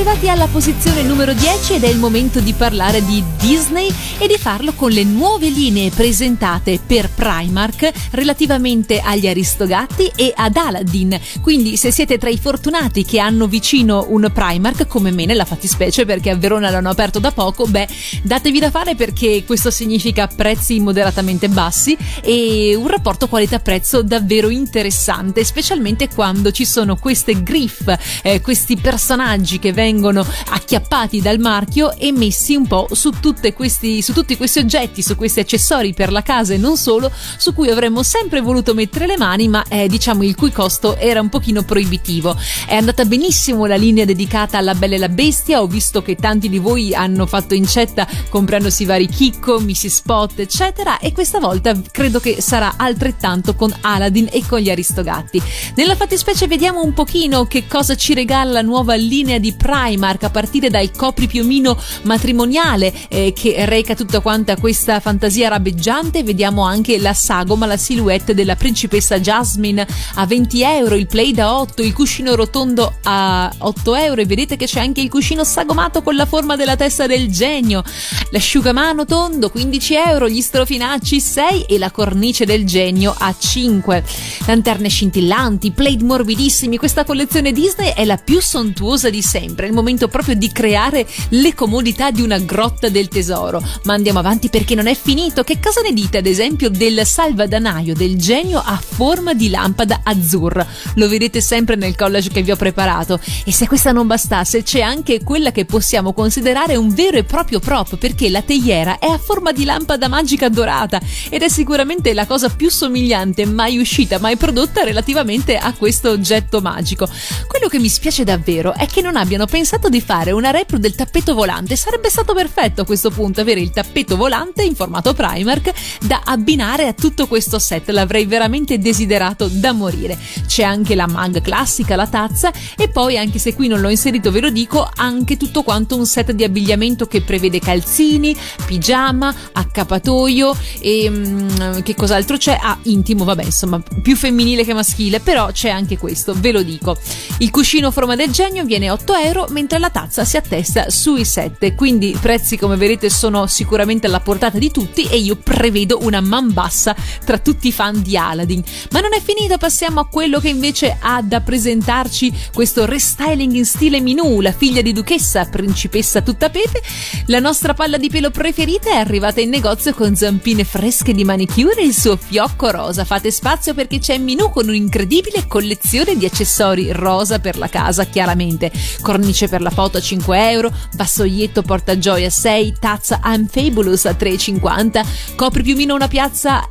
arrivati alla posizione numero 10 ed è il momento di parlare di Disney e di farlo con le nuove linee presentate per Primark relativamente agli Aristogatti e ad Aladdin. Quindi se siete tra i fortunati che hanno vicino un Primark, come me nella fattispecie, perché a Verona l'hanno aperto da poco, datevi da fare, perché questo significa prezzi moderatamente bassi e un rapporto qualità-prezzo davvero interessante, specialmente quando ci sono queste griffe, questi personaggi che vengono acchiappati dal marchio e messi un po' su tutti questi oggetti, su questi accessori per la casa e non solo, su cui avremmo sempre voluto mettere le mani, ma diciamo il cui costo era un pochino proibitivo. È andata benissimo la linea dedicata alla Bella e la Bestia, ho visto che tanti di voi hanno fatto incetta comprandosi vari Chicco, Mrs. Spot eccetera, e questa volta credo che sarà altrettanto con Aladdin e con gli Aristogatti. Nella fattispecie vediamo un pochino che cosa ci regala la nuova linea di Primark, a partire dal copripiumino matrimoniale che reca tutta quanta questa fantasia rabeggiante. Vediamo anche la sagoma, la silhouette della principessa Jasmine a 20 euro, il play da 8, il cuscino rotondo a 8 euro, e vedete che c'è anche il cuscino sagomato con la forma della testa del genio, l'asciugamano tondo 15 euro, gli strofinacci 6 e la cornice del genio a 5. Lanterne scintillanti, plaid morbidissimi. Questa collezione Disney è la più sontuosa di sempre, è il momento proprio di creare le comodità di una grotta del tesoro. Ma andiamo avanti perché non è finito. Che cosa ne dite ad esempio del salvadanaio del genio a forma di lampada azzurra? Lo vedete sempre nel collage che vi ho preparato. E se questa non bastasse, c'è anche quella che possiamo considerare un vero e proprio prop, perché la teiera è a forma di lampada magica dorata ed è sicuramente la cosa più somigliante mai uscita, mai prodotta relativamente a questo oggetto magico. Quello che mi spiace davvero è che non abbiano pensato di fare una repro del tappeto volante. Sarebbe stato perfetto a questo punto avere il tappeto volante in formato Primark da abbinare a tutto questo set, l'avrei veramente desiderato da morire. C'è anche la mug classica, la tazza, e poi, anche se qui non l'ho inserito ve lo dico, anche tutto quanto un set di abbigliamento che prevede calzini, pigiama, accappatoio e che cos'altro c'è? Intimo, vabbè, insomma più femminile che maschile, però c'è anche questo, ve lo dico. Il cuscino a forma del genio viene 8 euro, mentre la tazza si attesta sui 7, quindi i prezzi, come vedete, sono sicuramente alla portata di tutti e io prevedo una man bassa tra tutti i fan di Aladdin. Ma non è finito, passiamo a quello che invece ha da presentarci questo restyling in stile Minù, la figlia di duchessa, principessa tutta pepe. La nostra palla di pelo preferita è arrivata in negozio con zampine fresche di manicure e il suo fiocco rosa. Fate spazio perché c'è Minù con un'incredibile collezione di accessori rosa per la casa, chiaramente. Cornice per la foto a 5 euro, vassoietto portagioia 6, tazza I'm Fabulous a 3,50, copripiumino una piazza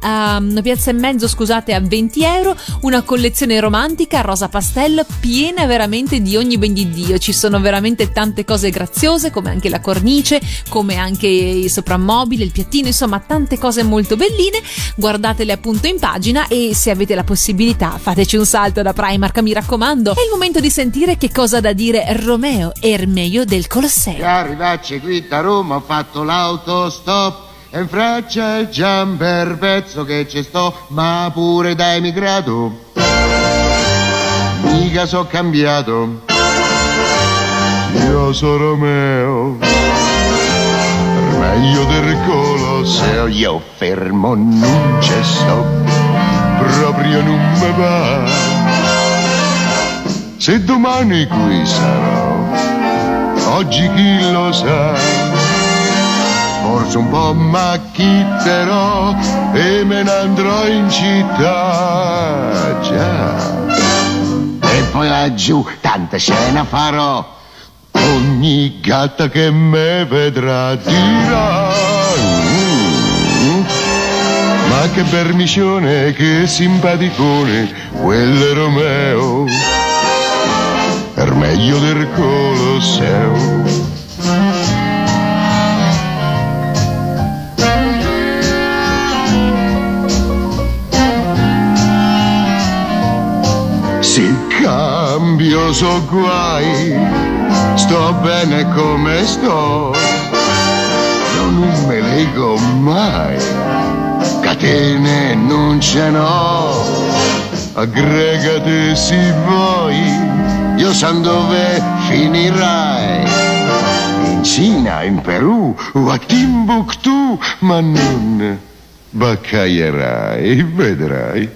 e mezzo, scusate, a 20 euro, una collezione romantica rosa pastello piena veramente di ogni ben di Dio. Ci sono veramente tante cose graziose, come anche la cornice, come anche il soprammobile, il piattino, insomma tante cose molto belline. Guardatele appunto in pagina e se avete la possibilità fateci un salto da Primark, mi raccomando. È il momento di sentire che cosa ha da dire Romeo Ermeio del Colosseo. Arrivacci qui da Roma, ho fatto l'autostop e in Francia è già un bel pezzo che ci sto, ma pure da emigrato mica so cambiato. Io sono Romeo, Ermeio del Colosseo, io fermo non ci sto, proprio non mi va. Se domani qui sarò, oggi chi lo sa, forse un po' m'acchitterò e me ne andrò in città, già. E poi laggiù tanta scena farò, ogni gatta che me vedrà dirà ma che permissione, che simpaticone, quello è Romeo, Ermeio del Colosseo. Si cambio so guai, sto bene come sto, non me lego mai, catene non ce n'ho, aggregati se vuoi, io so dove finirai, in Cina, in Perù o a Timbuktu, ma non baccaierai, vedrai.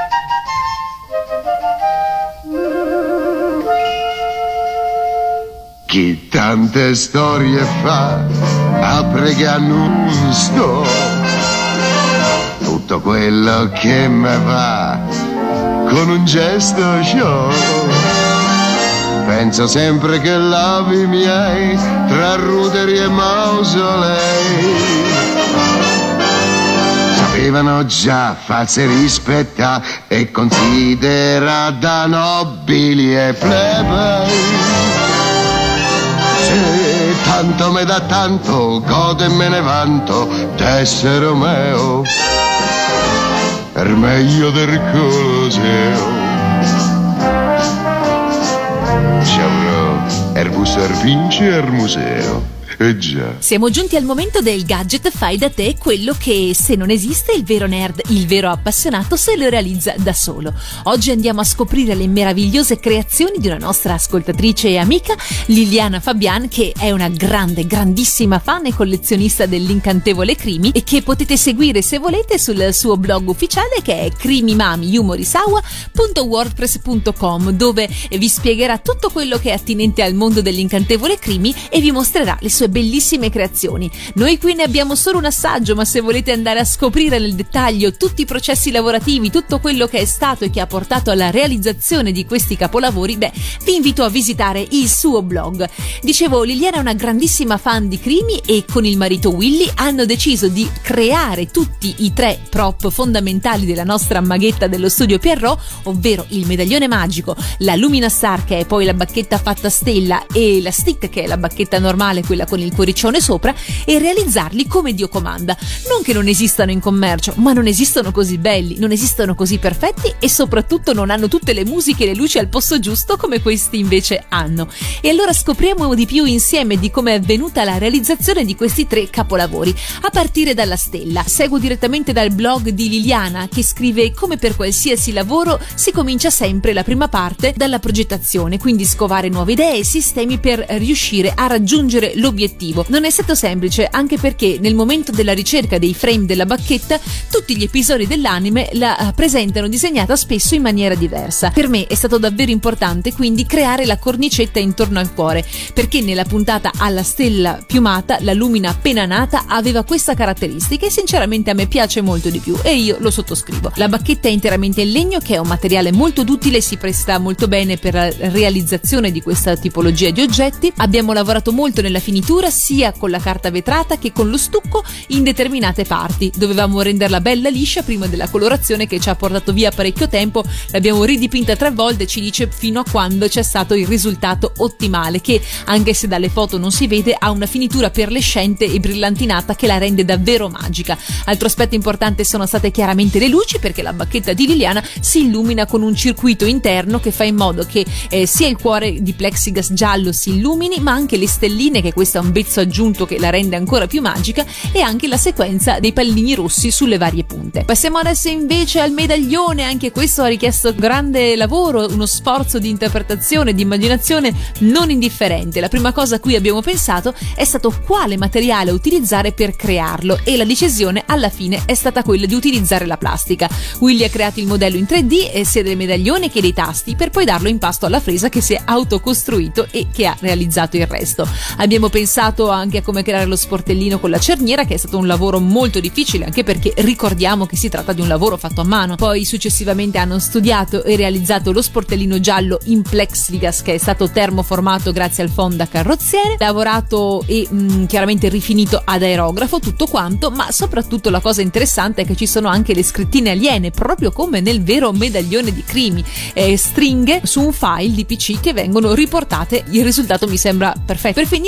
Chi tante storie fa, a pregare non sto, tutto quello che mi va, con un gesto show, penso sempre che lavi miei, tra ruderi e mausolei, sapevano già farsi rispettare e considerata nobili e plebei. Se tanto me dà tanto, godo e me ne vanto d'essere Romeo, per meglio del Colosseo. Ci avrò Erbusser vince al museo. Già. Siamo giunti al momento del gadget fai da te, quello che, se non esiste, il vero nerd, il vero appassionato se lo realizza da solo. Oggi andiamo a scoprire le meravigliose creazioni di una nostra ascoltatrice e amica, Liliana Fabian, che è una grandissima fan e collezionista dell'incantevole Crimi e che potete seguire se volete sul suo blog ufficiale, che è crimimamiyumorisawa.wordpress.com, dove vi spiegherà tutto quello che è attinente al mondo dell'incantevole Crimi e vi mostrerà le sue bellissime creazioni. Noi qui ne abbiamo solo un assaggio, ma se volete andare a scoprire nel dettaglio tutti i processi lavorativi, tutto quello che è stato e che ha portato alla realizzazione di questi capolavori, vi invito a visitare il suo blog. Dicevo, Liliana è una grandissima fan di Crimi e con il marito Willy hanno deciso di creare tutti i 3 prop fondamentali della nostra maghetta dello studio Pierrot, ovvero il medaglione magico, la Lumina Star, che è poi la bacchetta fatta a stella, e la Stick, che è la bacchetta normale, quella con il cuoricione sopra, e realizzarli come Dio comanda. Non che non esistano in commercio, ma non esistono così belli, non esistono così perfetti e soprattutto non hanno tutte le musiche e le luci al posto giusto come questi invece hanno. E allora scopriamo di più insieme di come è avvenuta la realizzazione di questi 3 capolavori, a partire dalla stella. Seguo direttamente dal blog di Liliana, che scrive: come per qualsiasi lavoro si comincia sempre la prima parte dalla progettazione, quindi scovare nuove idee e sistemi per riuscire a raggiungere l'obiettivo. Non è stato semplice, anche perché nel momento della ricerca dei frame della bacchetta tutti gli episodi dell'anime la presentano disegnata spesso in maniera diversa. Per me è stato davvero importante quindi creare la cornicetta intorno al cuore, perché nella puntata alla stella piumata la Lumina appena nata aveva questa caratteristica e sinceramente a me piace molto di più e io lo sottoscrivo. La bacchetta è interamente in legno, che è un materiale molto duttile e si presta molto bene per la realizzazione di questa tipologia di oggetti. Abbiamo lavorato molto nella finitura, sia con la carta vetrata che con lo stucco in determinate parti. Dovevamo renderla bella liscia prima della colorazione, che ci ha portato via parecchio tempo. L'abbiamo ridipinta 3 volte, ci dice, fino a quando c'è stato il risultato ottimale, che anche se dalle foto non si vede ha una finitura perlescente e brillantinata che la rende davvero magica. Altro aspetto importante sono state chiaramente le luci, perché la bacchetta di Liliana si illumina con un circuito interno che fa in modo che sia il cuore di plexiglass giallo si illumini, ma anche le stelline, che questo è un vezzo aggiunto che la rende ancora più magica, e anche la sequenza dei pallini rossi sulle varie punte. Passiamo adesso invece al medaglione. Anche questo ha richiesto grande lavoro, uno sforzo di interpretazione, di immaginazione non indifferente. La prima cosa a cui abbiamo pensato è stato quale materiale utilizzare per crearlo, e la decisione alla fine è stata quella di utilizzare la plastica. Willy ha creato il modello in 3D sia del medaglione che dei tasti, per poi darlo in pasto alla fresa, che si è autocostruito e che ha realizzato il resto. Abbiamo pensato anche a come creare lo sportellino con la cerniera, che è stato un lavoro molto difficile, anche perché ricordiamo che si tratta di un lavoro fatto a mano. Poi successivamente hanno studiato e realizzato lo sportellino giallo in plexiglass, che è stato termoformato grazie al fondo a carrozziere, lavorato e chiaramente rifinito ad aerografo, tutto quanto. Ma soprattutto la cosa interessante è che ci sono anche le scrittine aliene, proprio come nel vero medaglione di Crimi, stringhe su un file di PC che vengono riportate. Il risultato mi sembra perfetto. Per finire, la bacchetta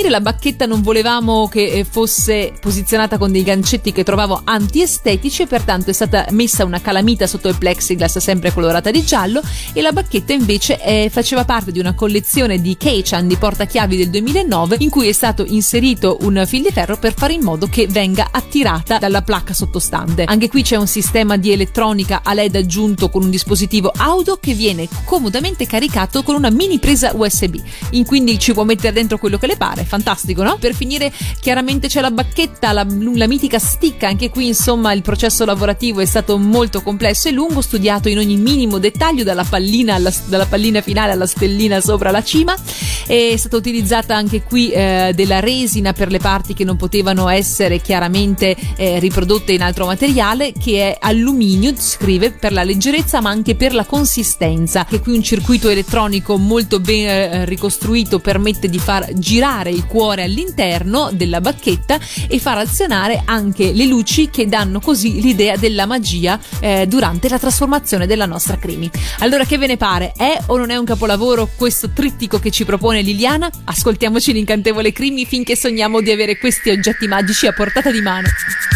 bacchetta non volevamo che fosse posizionata con dei gancetti che trovavo antiestetici, pertanto è stata messa una calamita sotto il plexiglass sempre colorata di giallo, e la bacchetta invece faceva parte di una collezione di Keichan di portachiavi del 2009 in cui è stato inserito un fil di ferro per fare in modo che venga attirata dalla placca sottostante. Anche qui c'è un sistema di elettronica a LED aggiunto con un dispositivo audio che viene comodamente caricato con una mini presa USB, quindi ci può mettere dentro quello che le pare. Fantastico, no? Per finire chiaramente c'è la bacchetta, la mitica stick. Anche qui insomma il processo lavorativo è stato molto complesso e lungo, studiato in ogni minimo dettaglio, dalla pallina finale alla stellina sopra la cima. È stata utilizzata anche qui della resina per le parti che non potevano essere chiaramente riprodotte in altro materiale, che è alluminio, scrive, per la leggerezza ma anche per la consistenza. Che qui un circuito elettronico molto ben ricostruito permette di far girare il cuore all'interno della bacchetta e far azionare anche le luci, che danno così l'idea della magia durante la trasformazione della nostra Creamy. Allora, che ve ne pare? È o non è un capolavoro questo trittico che ci propone Liliana? Ascoltiamoci l'incantevole Creamy finché sogniamo di avere questi oggetti magici a portata di mano.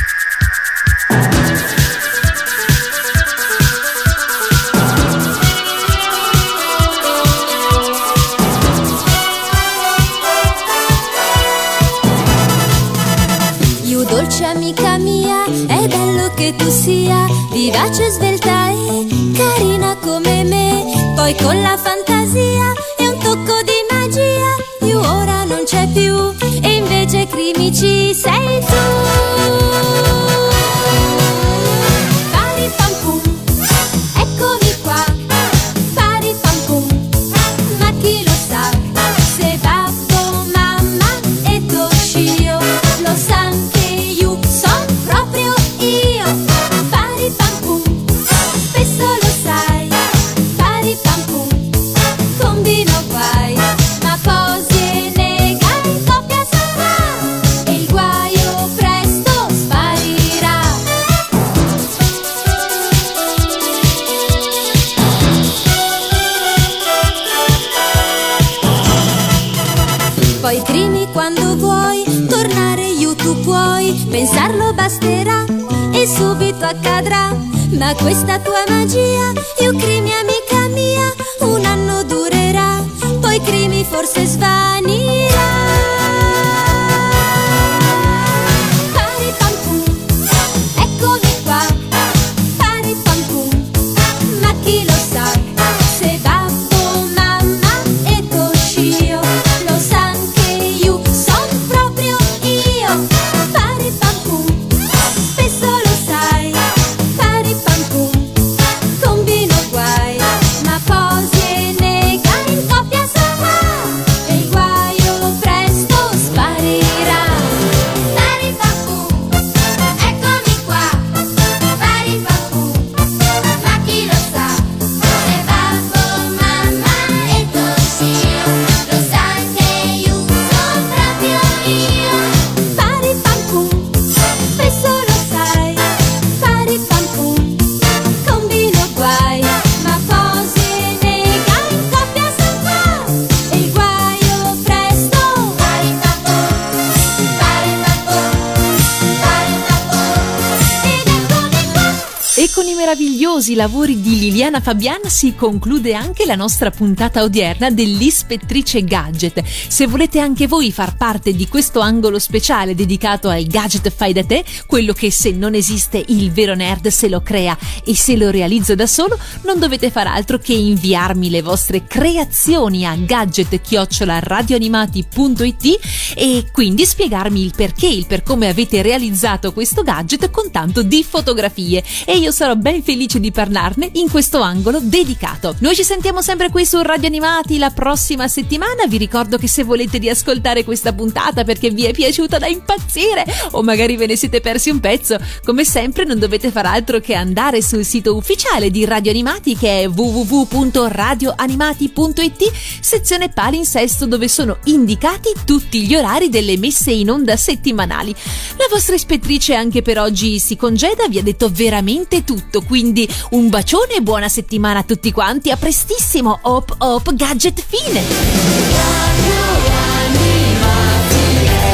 Dolce amica mia, è bello che tu sia vivace, svelta e carina come me. Poi con la fantasia e un tocco di magia, io ora non c'è più e invece Creamy ci sei tu. Pari pam pum, eccomi qua. Pari pam pum, ma chi lo sa se babbo, mamma e Toshio lo sanno. Poi Creamy, quando vuoi tornare io tu puoi, pensarlo basterà e subito accadrà. Ma questa tua magia, io Creamy amica mia, un anno durerà, poi Creamy forse svanirà. Pari pam pum, eccomi qua. Pari pam pum, ma chi lo sa se babbo, mamma e Toshio lo sanno. Con i meravigliosi lavori di Liliana Fabian si conclude anche la nostra puntata odierna dell'Ispettrice Gadget. Se volete anche voi far parte di questo angolo speciale dedicato al gadget fai da te, quello che se non esiste il vero nerd se lo crea e se lo realizza da solo, non dovete far altro che inviarmi le vostre creazioni a gadget@radioanimati.it e quindi spiegarmi il perché, il per come avete realizzato questo gadget con tanto di fotografie, e io sarò ben felice di parlarne in questo angolo dedicato. Noi ci sentiamo sempre qui su Radio Animati la prossima settimana. Vi ricordo che se volete riascoltare questa puntata perché vi è piaciuta da impazzire o magari ve ne siete persi un pezzo, come sempre non dovete far altro che andare sul sito ufficiale di Radio Animati, che è www.radioanimati.it, sezione palinsesto, dove sono indicati tutti gli orari delle messe in onda settimanali. La vostra ispettrice anche per oggi si congeda, vi ha detto veramente tutto, quindi un bacione e buona settimana a tutti quanti, a prestissimo, hop hop gadget fine.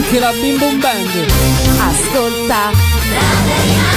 anche la Bim Bum Band. Ascolta.